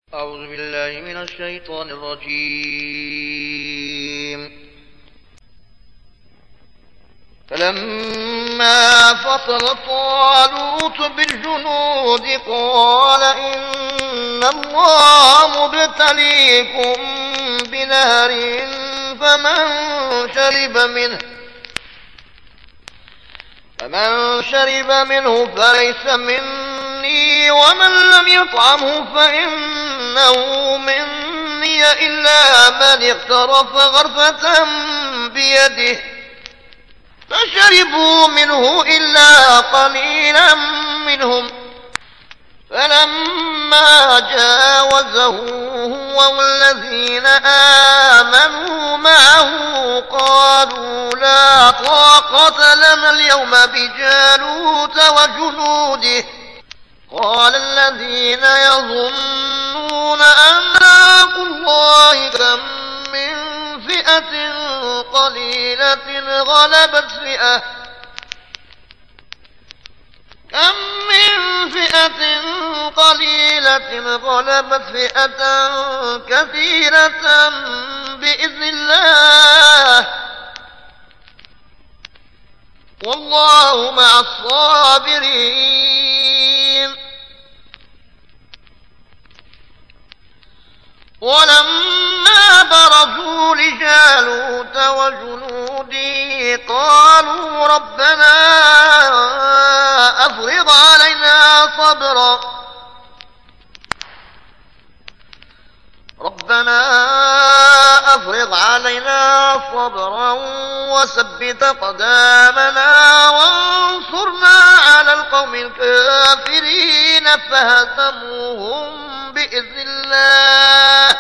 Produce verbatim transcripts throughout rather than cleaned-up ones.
أعوذ بالله من الشيطان الرجيم. فلما فصل طالوت بالجنود قال إن الله مبتليكم بنهر فمن شرب منه فمن شرب منه فليس مني ومن لم يطعمه فإنه مني إلا من اغترف غرفة بيده فشربوا منه إلا قليلا منهم. فلما جاوزه هو والذين آمنوا معه قالوا لا طاقة لنا اليوم بجالوت وجنوده. قال الذين يظنون أنهم الله كم من فئة قليلة غلبت فئة كم من فئة قليلة غلبت فئة كثيرة بإذن الله والله مع الصابرين. ولما برزوا لجالوت وجنوده قالوا ربنا أفرغ علينا صبرا ربنا أفرغ علينا صبرا وثبت أقدامنا وانصرنا على القوم الكافرين فهزموهم بإذن الله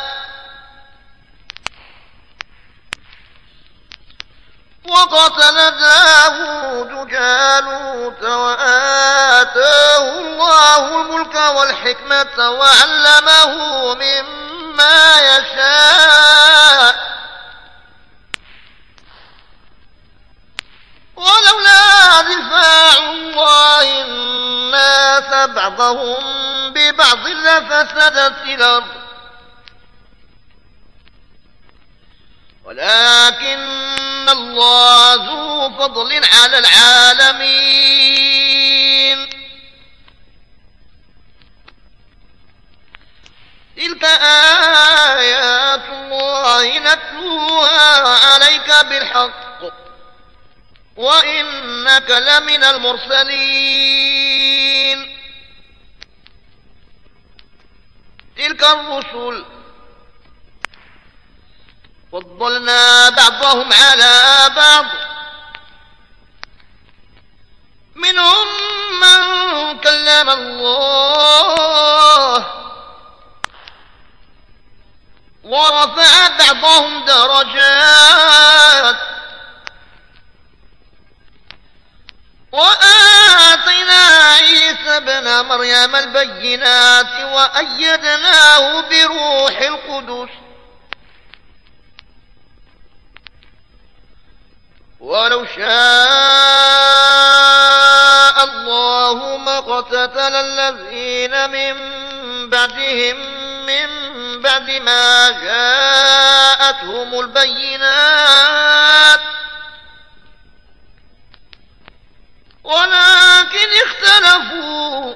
وقتل داود جالوت وآتاه الله الملك والحكمة وعلمه مما يشاء ولولا دفاع الله الناس بعضهم ببعض لفسدت الأرض ولكن الله ذو فضل على العالمين. تلك آيات الله نتلوها عليك بالحق وإنك لمن المرسلين. تلك الرسل فضلنا بعضهم على بعض منهم من كلم الله ورفع بعضهم درجات وآتينا عيسى ابن مريم البينات وأيدناه بروح القدس ولو شاء الله ما اقتتل الذين من بعدهم من بعد ما جاءتهم البينات ولكن اختلفوا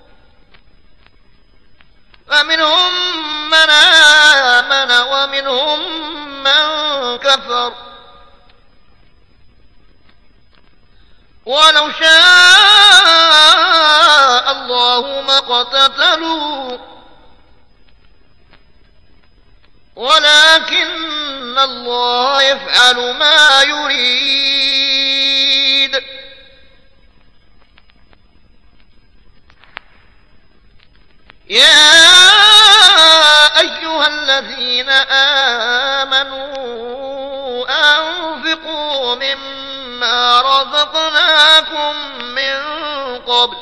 فمنهم من آمن ومنهم من كفر ولو شاء الله ما اقتتلوا ولكن الله يفعل ما يريد. يا أيها الذين آمنوا أنفقوا مما رزقناكم من قبل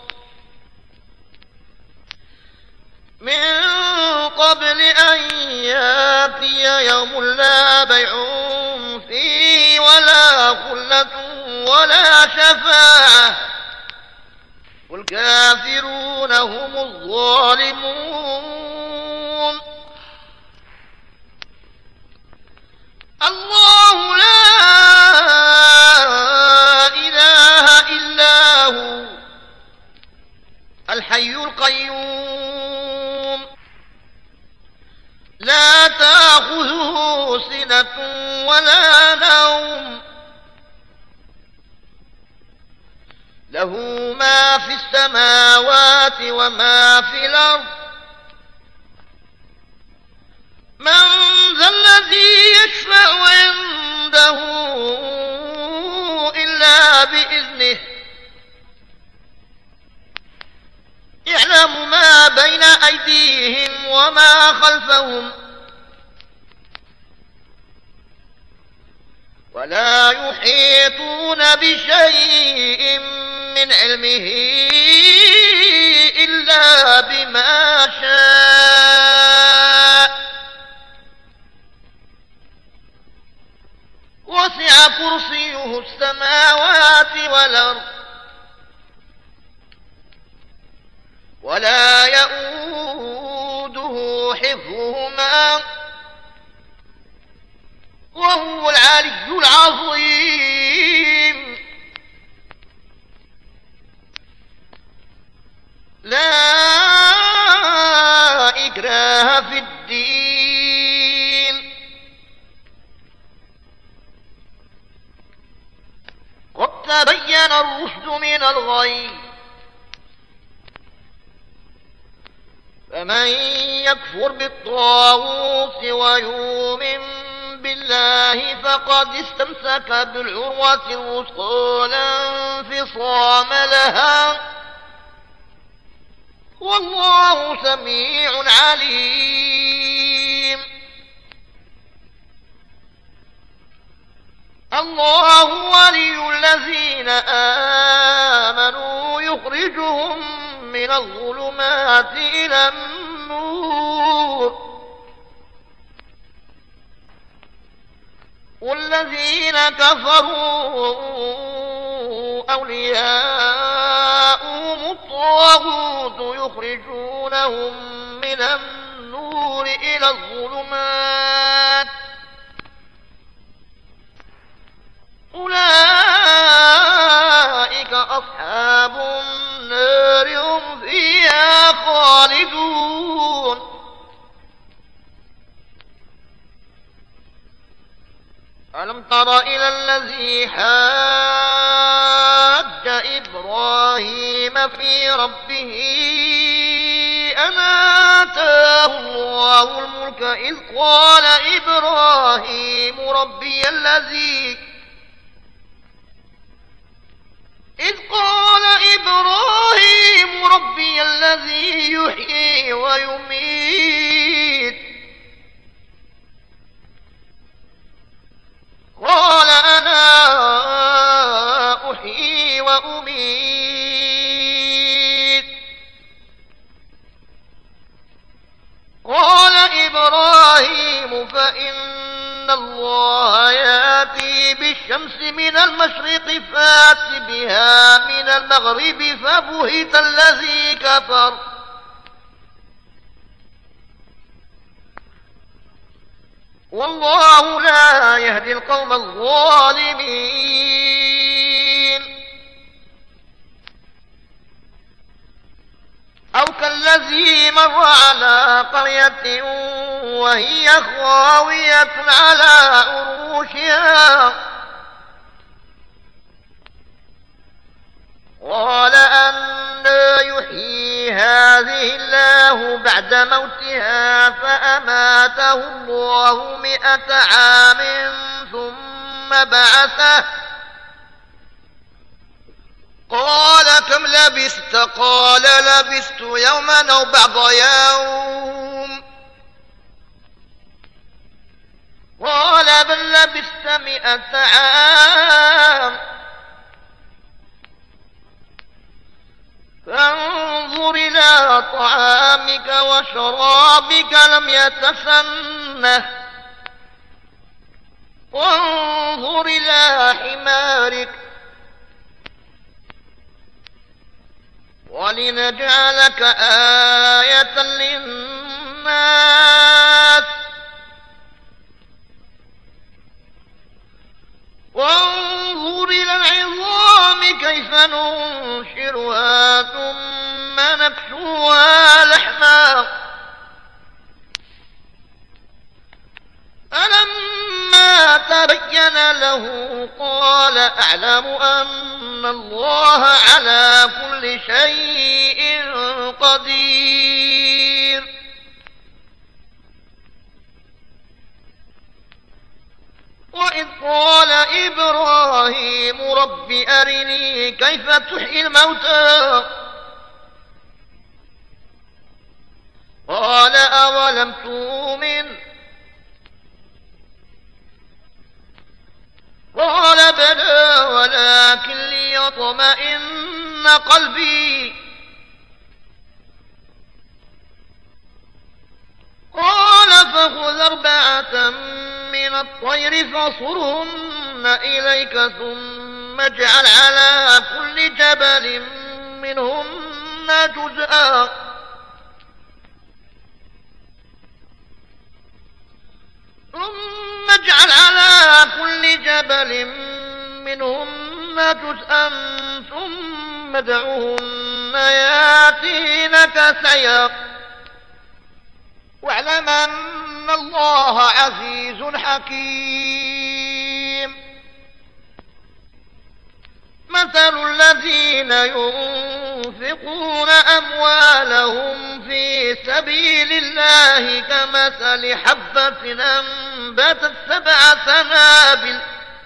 من قبل أن يأتي يوم لا بيع فيه ولا خلة ولا شفاعة والكافرون هم الظالمون. سِنَةٌ وَلَا نَوْمٌ له ما في السماوات وما في الأرض من ذا الذي يشفع عنده إلا بإذنه يعلم ما بين أيديهم وما خلفهم ولا يحيطون بشيء من علمه إلا بما شاء وسع كرسيه السماوات والأرض ولا يؤوده حفظهما وهو العلي العظيم لا إكراه في الدين قد تبين الرشد من الغي فمن يكفر بالطاغوت ويؤمن بالله فقد استمسك بالعروة الوثقى لا انفصام لها والله سميع عليم الله ولي الذين آمنوا يخرجهم من الظلمات إلى النور والذين كفروا أولياؤهم الطاغوت يخرجونهم من النور إلى الظلمات أولئك أصحاب النار هم فيها خالدون ألم تر إلى الذي حاج إبراهيم في ربه أن آتاه الله الملك إذ قال إبراهيم ربي الذي إذ قال إبراهيم ربي الذي يحيي ويميت قال أنا أحيي وأميت قال إبراهيم فإن الله يأتي بالشمس من المشرق فات بها من المغرب فبهت الذي كفر والله لا يهدي القوم الظالمين أو كالذي مر على قرية وهي خاوية على عروشها قال أنى يحيي هذه الله بعد موتها فأماته الله مئة عام ثم بعثه قال كم لبثت قال لبثت يوما أو بعض يوم قال بل لبثت مئة عام فانظر إلى طعامك وشرابك لم يتسنه وانظر إلى حمارك ولنجعلك آية للناس وانظر إلى العظام كيف ننشرها ثم نكسوها لحما فلما الله على كل شيء قدير. وإذ قال إبراهيم رب أرني كيف تحيي الموتى قال أولم تؤمن قال بلى ولكن ليطمئن قلبي قال فخذ أربعة من الطير فصرهن إليك ثم اجعل على كل جبل منهن جزءا ثم اجعل على كل جبل منهن جزءا ثم ادعهن ياتينك سعيا واعلم أن الله عزيز حكيم. مثل الذين ينفقون أموالهم في سبيل الله كمثل حبة أنبتت سبع سنابل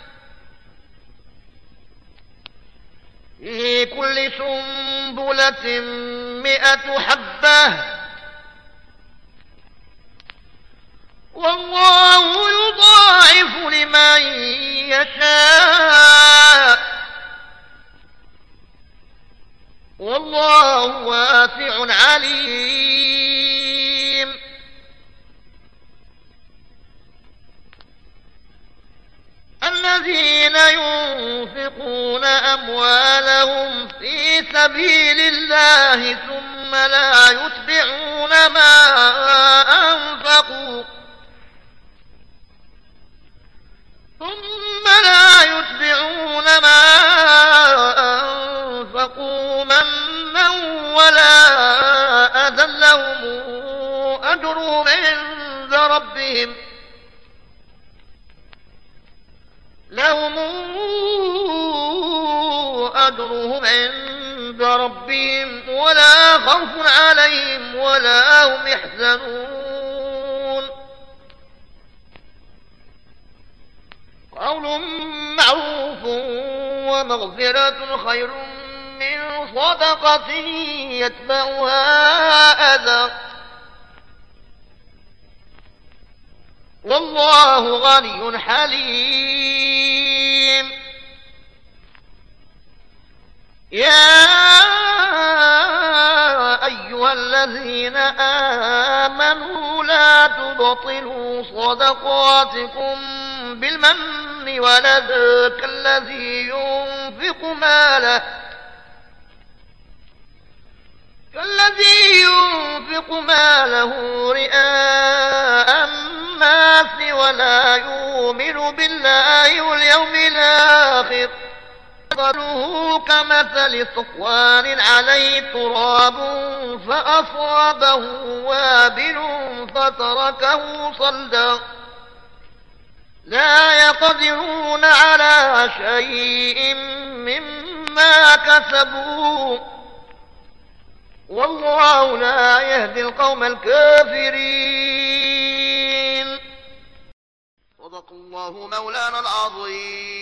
في كل سنبلة مئة حبة والله يضاعف لمن يشاء والله واسع عليم. الذين ينفقون أموالهم في سبيل الله ثم لا يتبعون ما أنفقوا ثم لا يتبعون ما أنفقوا منا ولا أذى لهم أجرهم عند ربهم لهم أجرهم عند ربهم ولا خوف عليهم ولا هم يحزنون. قول معروف ومغفرة خير من صدقة يتبعها أذى والله غني حليم. يا أيها الذين آمنوا لا تبطلوا صدقاتكم بالمن والأذى كالذي ينفق ماله كالذي ينفق ماله رئاء الناس ولا يؤمن بالله واليوم الآخر مثله كمثل صفوان عليه تراب فأصابه وابل فتركه صلدا لا يقدرون على شيء مما كسبوا والله لا يهدي القوم الكافرين. صدق الله مولانا العظيم.